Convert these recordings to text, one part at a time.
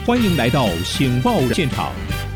欢迎来到醒报现场。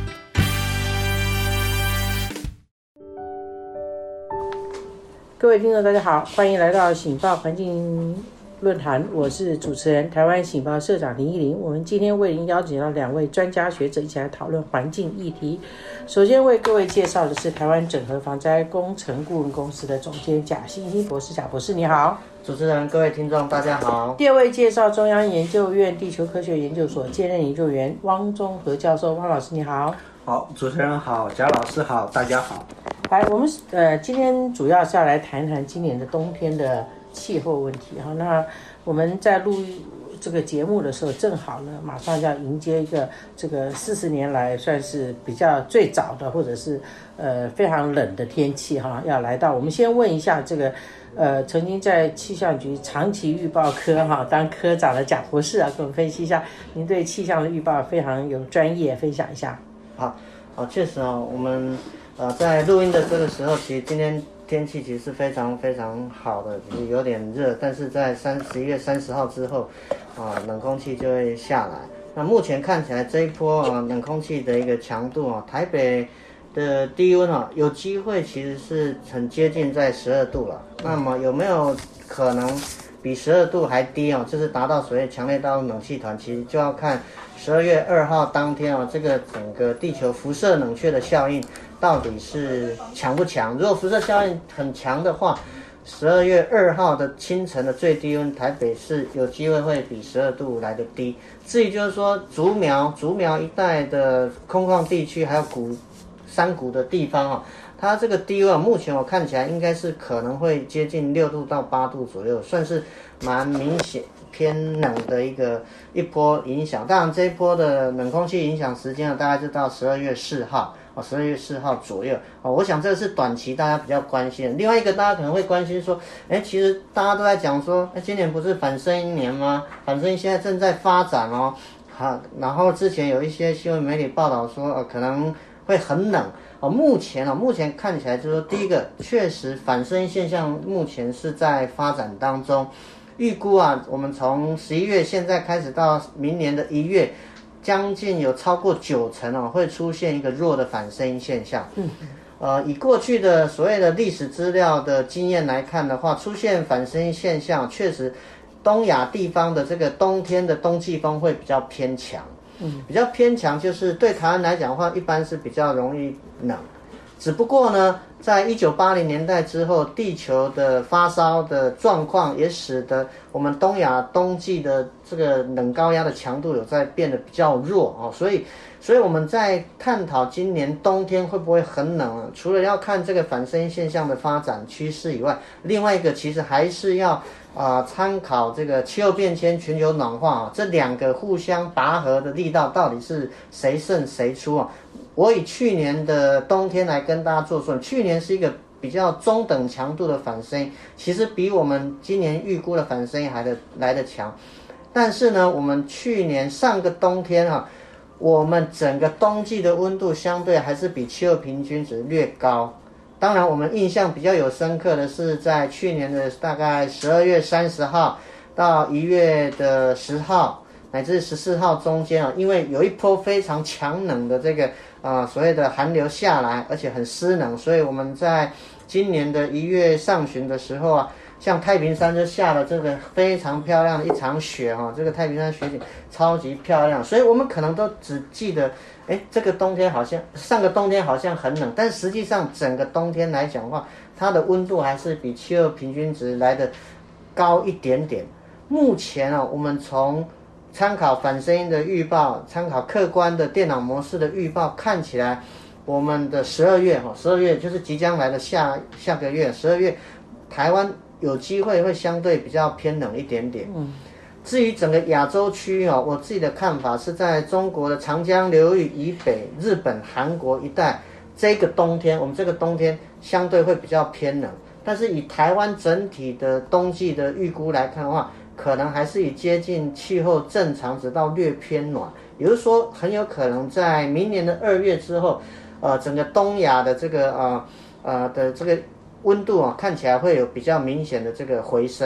各位听众大家好，欢迎来到醒报环境论坛，我是主持人台湾醒报社长林依林。我们今天为您邀请到两位专家学者一起来讨论环境议题。首先为各位介绍的是台湾整合防灾工程顾问公司的总监贾欣欣博士，贾博士你好。 主持人、各位听众大家好。 第二位介绍中央研究院地球科学研究所兼任研究员汪中和教授，汪老师你好。 好，主持人好，贾老师好，大家好。 来，我们今天主要是要来谈谈今年的冬天的气候问题哈。那我们在录这个节目的时候，正好呢，马上就要迎接一个这个40年来算是比较最早的，或者是非常冷的天气哈，要来到。我们先问一下这个曾经在气象局长期预报科哈当科长的贾博士啊，给我们分析一下，您对气象的预报非常有专业，分享一下。 好，确实啊，我们在录音的这个时候，其实今天天气其实是非常非常好的，只是有点热，但是在11月30号之后，冷空气就会下来。那目前看起来这一波冷空气的一个强度台北的低温有机会其实是很接近在12度了。那么有没有可能比12度还低就是达到所谓强烈大陆冷气团，其实就要看12月2号当天这个整个地球辐射冷却的效应到底是强不强。如果辐射效应很强的话，12月2号的清晨的最低温，台北市有机会会比12度来得低。至于就是说竹苗一带的空旷地区，还有山谷的地方它这个低温目前我看起来应该是可能会接近6度到8度左右，算是蛮明显偏冷的一波影响。当然这一波的冷空气影响时间大概就到12月4号，12月4号左右我想这个是短期大家比较关心的。另外一个大家可能会关心说，其实大家都在讲说，今年不是反声音年吗？反声音现在正在发展然后之前有一些新闻媒体报道说可能会很冷目前看起来就是说，第一个确实反声音现象目前是在发展当中。预估我们从11月现在开始到明年的1月，将近有超过90%会出现一个弱的反声音现象。以过去的所谓的历史资料的经验来看的话，出现反声音现象确实东亚地方的这个冬天的冬季风会比较偏强。比较偏强就是对台湾来讲的话，一般是比较容易冷。只不过呢，在1980年代之后，地球的发烧的状况也使得我们东亚冬季的这个冷高压的强度有在变得比较弱所以我们在探讨今年冬天会不会很冷除了要看这个反声音现象的发展趋势以外，另外一个其实还是要参考这个气候变迁、全球暖化这两个互相拔河的力道到底是谁胜谁出我以去年的冬天来跟大家做说，去年是一个比较中等强度的反声音，其实比我们今年预估的反声音还来得强。但是呢，我们去年上个冬天我们整个冬季的温度相对还是比气候平均值略高。当然我们印象比较有深刻的是在去年的大概12月30号到1月的10号乃至14号中间因为有一波非常强冷的这个所谓的寒流下来，而且很湿冷，所以我们在今年的1月上旬的时候像太平山就下了这个非常漂亮的一场雪这个太平山雪景超级漂亮，所以我们可能都只记得这个冬天好像上个冬天好像很冷，但实际上整个冬天来讲的话，它的温度还是比气候平均值来的高一点点。目前我们从参考反声音的预报，参考客观的电脑模式的预报，看起来我们的12月就是即将来的下个月12月，台湾有机会会相对比较偏冷一点点。至于整个亚洲区我自己的看法是在中国的长江流域以北、日本、韩国一带，这个冬天我们这个冬天相对会比较偏冷。但是以台湾整体的冬季的预估来看的话，可能还是以接近气候正常直到略偏暖，也就是说很有可能在明年的2月之后整个东亚的这个的这个温度看起来会有比较明显的这个回升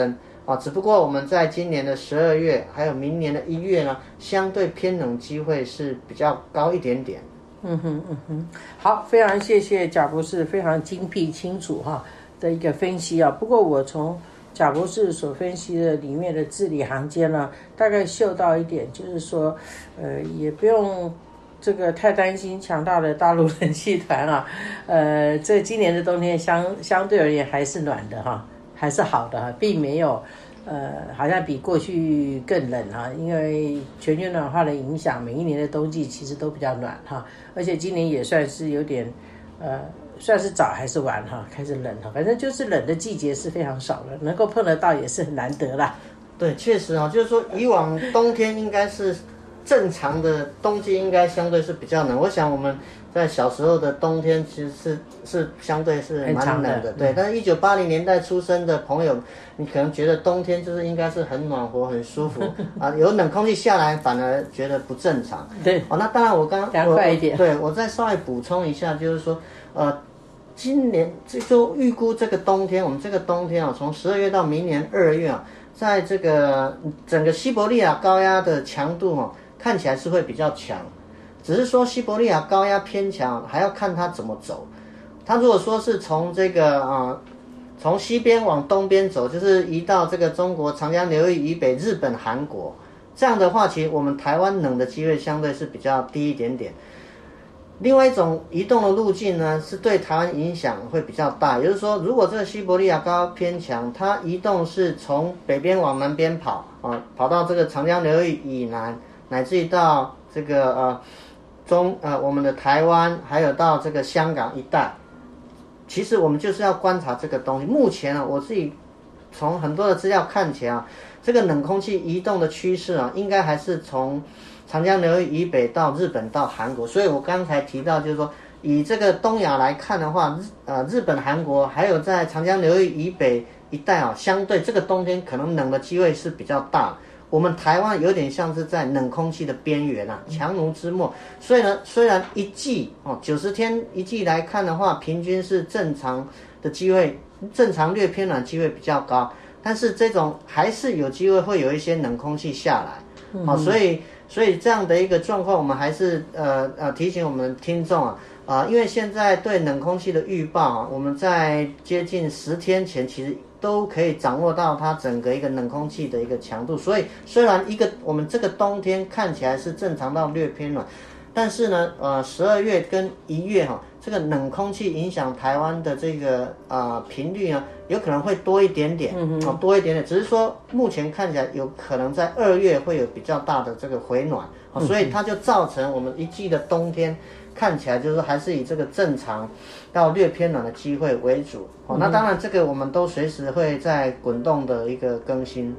只不过我们在今年的12月还有明年的1月呢，相对偏冷机会是比较高一点点。 好，非常谢谢贾博士非常精辟清楚的一个分析啊。不过我从贾博士所分析的里面的字里行间呢，大概嗅到一点，就是说也不用这个太担心强大的大陆冷气团啊，这今年的冬天相对而言还是暖的还是好的并没有好像比过去更冷因为全球暖化的影响，每一年的冬季其实都比较暖而且今年也算是有点算是早还是晚开始冷反正就是冷的季节是非常少的，能够碰得到也是很难得啦。 对，确实就是说以往冬天应该是正常的冬季，应该相对是比较冷。我想我们在小时候的冬天其实是相对是蛮冷的，对。但是1980年代出生的朋友，你可能觉得冬天就是应该是很暖和、很舒服有冷空气下来反而觉得不正常。 对， 那当然我刚凉快一点。 对，我再稍微补充一下，就是说今年就预估这个冬天，我们这个冬天从12月到明年2月在这个整个西伯利亚高压的强度看起来是会比较强，只是说西伯利亚高压偏强还要看它怎么走。它如果说是从这个从西边往东边走，就是移到这个中国长江流域以北、日本、韩国，这样的话，其实我们台湾冷的机会相对是比较低一点点。另外一种移动的路径呢，是对台湾影响会比较大。也就是说，如果这个西伯利亚高压偏强，它移动是从北边往南边跑跑到这个长江流域以南，乃至于到这个我们的台湾，还有到这个香港一带。其实我们就是要观察这个东西。目前我自己从很多的资料看起来这个冷空气移动的趋势应该还是从长江流域以北到日本到韩国。所以我刚才提到就是说，以这个东亚来看的话，日本、韩国还有在长江流域以北一带相对这个冬天可能冷的机会是比较大。我们台湾有点像是在冷空气的边缘强弩之末。所以呢，虽然一季90天一季来看的话，平均是正常的机会，正常略偏暖机会比较高，但是这种还是有机会会有一些冷空气下来。所以这样的一个状况，我们还是提醒我们听众因为现在对冷空气的预报我们在接近10天前其实都可以掌握到它整个一个冷空气的一个强度。所以虽然我们这个冬天看起来是正常到略偏暖，但是呢12月跟1月这个冷空气影响台湾的这个频率呢，有可能会多一点点，多一点点。只是说目前看起来有可能在2月会有比较大的这个回暖，所以它就造成我们一季的冬天看起来就是还是以这个正常到略偏暖的机会为主。那当然这个我们都随时会在滚动的一个更新。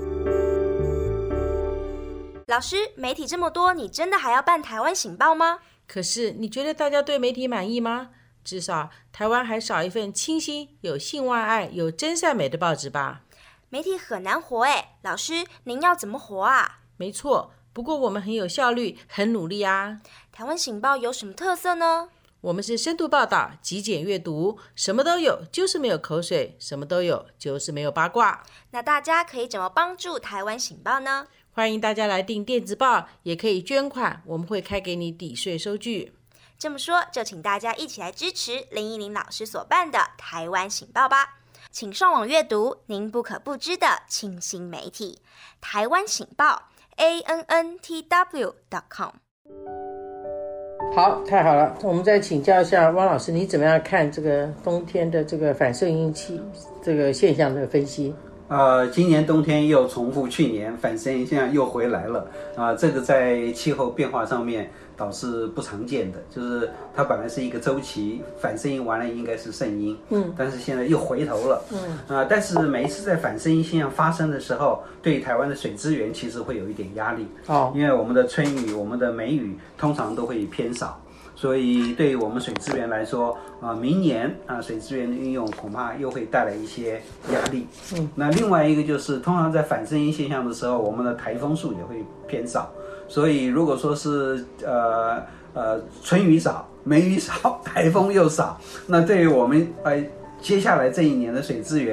老师，媒体这么多，你真的还要办台湾醒报吗？ 可是你觉得大家对媒体满意吗？至少台湾还少一份清新、有性外爱、有真善美的报纸吧。 媒体很难活老师您要怎么活啊？ 没错，不过我们很有效率，很努力啊。 台湾醒报有什么特色呢？ 我们是深度报道、极简阅读，什么都有，就是没有口水；什么都有，就是没有八卦。 那大家可以怎么帮助台湾醒报呢？ 欢迎大家来订电子报，也可以捐款，我们会开给你抵税收据。 这么说，就请大家一起来支持林依林老师所办的台湾醒报吧。请上网阅读您不可不知的清新媒体台湾醒报 ANNTW.com。 好，太好了，我们再请教一下汪老师，你怎么样看这个冬天的这个反射音器这个现象的分析？ 今年冬天又重复去年，反声音现象又回来了这个在气候变化上面倒是不常见的，就是它本来是一个周期，反声音完了应该是盛音，但是现在又回头了，但是每一次在反声音现象发生的时候，对台湾的水资源其实会有一点压力，因为我们的春雨、我们的梅雨通常都会偏少。所以对于我们水资源来说明年水资源的运用恐怕又会带来一些压力。那另外一个就是通常在反声音现象的时候，我们的台风数也会偏少。所以如果说是春雨少、梅雨少、台风又少，那对于我们接下来这一年的水资源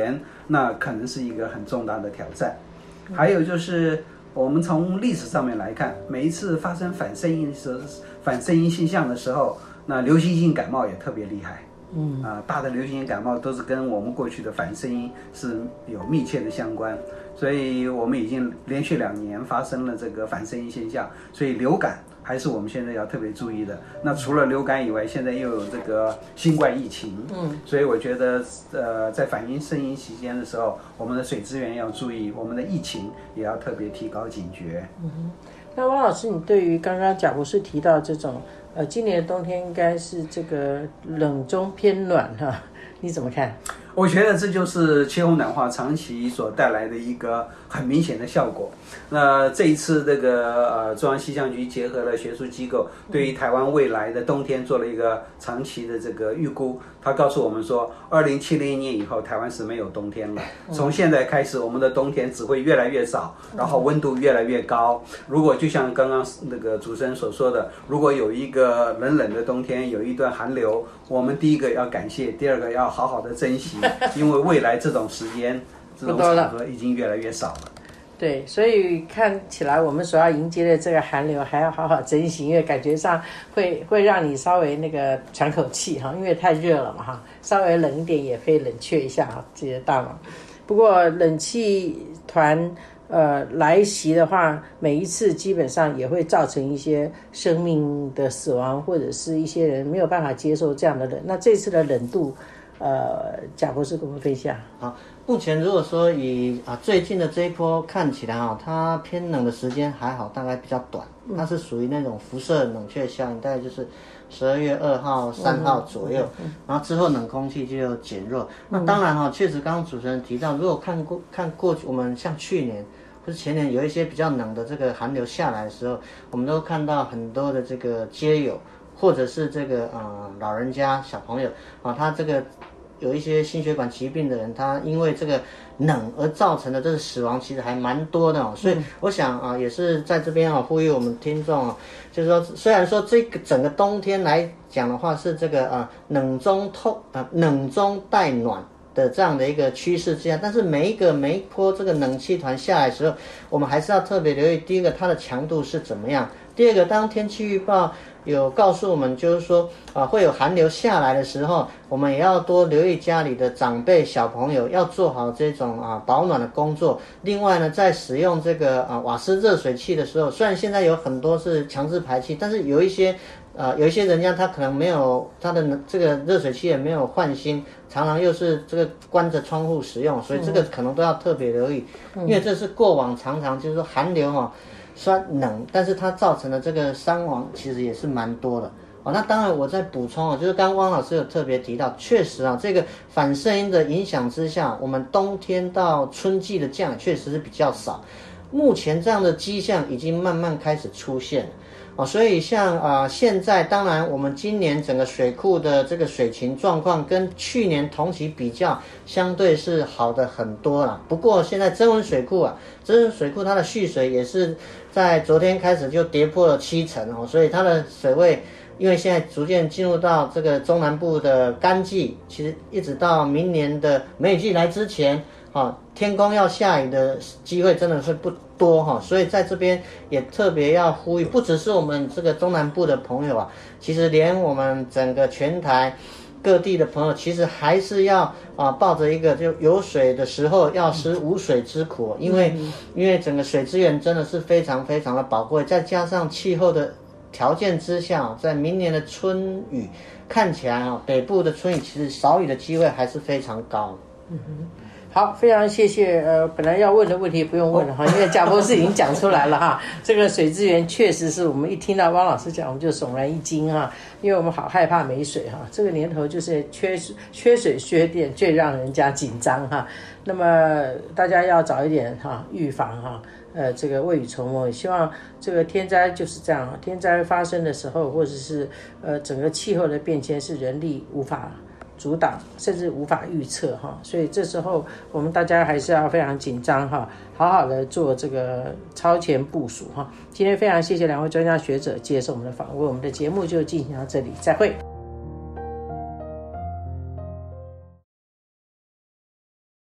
那可能是一个很重大的挑战。还有就是我们从历史上面来看，每一次发生反声音现象的时候，那流行性感冒也特别厉害。大的流行性感冒都是跟我们过去的反声音是有密切的相关，所以我们已经连续2年发生了这个反声音现象，所以流感还是我们现在要特别注意的。那除了流感以外，现在又有这个新冠疫情，所以我觉得在反声音期间的时候，我们的水资源要注意，我们的疫情也要特别提高警觉。 那汪老师，你对于刚刚贾博士提到这种今年的冬天应该是这个冷中偏暖哈，你怎么看？ 我觉得这就是气候暖化长期所带来的一个很明显的效果。那这一次这个中央气象局结合了学术机构，对于台湾未来的冬天做了一个长期的这个预估。他告诉我们说，2070年以后台湾是没有冬天了。从现在开始，我们的冬天只会越来越少，然后温度越来越高。如果就像刚刚那个主持人所说的，如果有一个冷冷的冬天，有一段寒流，我们第一个要感谢，第二个要好好的珍惜，因为未来这种时间、这种场合已经越来越少了。 对，所以看起来我们所要迎接的这个寒流还要好好珍惜，因为感觉上会让你稍微那个喘口气哈，因为太热了嘛哈，稍微冷一点也可以冷却一下哈自己的大脑。不过冷气团来袭的话，每一次基本上也会造成一些生命的死亡，或者是一些人没有办法接受这样的冷。那这次的冷度，贾博士跟我们分享。 好，目前如果说以最近的这一波看起来它偏冷的时间还好，大概比较短，它是属于那种辐射冷却效应，大概就是12月2号、3号左右，然后之后冷空气就减弱。那当然确实刚刚主持人提到，如果看过去，我们像去年或是前年有一些比较冷的这个寒流下来的时候，我们都看到很多的这个街友或者是这个老人家、小朋友他这个有一些心血管疾病的人，他因为这个冷而造成的这个死亡其实还蛮多的所以我想也是在这边呼吁我们听众就是说虽然说这个整个冬天来讲的话是这个冷中带暖的这样的一个趋势之下，但是每一波这个冷气团下来的时候，我们还是要特别留意，第一个它的强度是怎么样，第二个当天气预报有告诉我们就是说会有寒流下来的时候，我们也要多留意家里的长辈小朋友要做好这种保暖的工作。另外呢，在使用这个瓦斯热水器的时候，虽然现在有很多是强制排气，但是有一些人家他可能没有他的这个热水器也没有换新，常常又是这个关着窗户使用，所以这个可能都要特别留意，因为这是过往常常就是说寒流虽然冷，但是它造成的这个伤亡其实也是蛮多的那当然我再补充就是刚刚汪老师有特别提到，确实这个反声音的影响之下，我们冬天到春季的降确实是比较少，目前这样的迹象已经慢慢开始出现了所以像现在当然我们今年整个水库的这个水情状况跟去年同期比较相对是好的很多啦。不过现在曾文水库它的蓄水也是在昨天开始就跌破了70%所以它的水位因为现在逐渐进入到这个中南部的干季，其实一直到明年的梅雨季来之前天公要下雨的机会真的是不多所以在这边也特别要呼吁，不只是我们这个中南部的朋友其实连我们整个全台各地的朋友其实还是要抱着一个就有水的时候要识无水之苦因为整个水资源真的是非常非常的宝贵，再加上气候的条件之下，在明年的春雨看起来北部的春雨其实少雨的机会还是非常高好，非常谢谢。本来要问的问题不用问了因为贾博士已经讲出来了这个水资源确实是我们一听到汪老师讲，我们就悚然一惊因为我们好害怕没水这个年头就是缺水缺电，最让人家紧张那么大家要早一点预防这个未雨绸缪，希望这个天灾就是这样天灾发生的时候，或者是整个气候的变迁是人力无法阻挡，甚至无法预测所以这时候我们大家还是要非常紧张好好的做这个超前部署今天非常谢谢2位专家学者接受我们的访问，我们的节目就进行到这里，再会。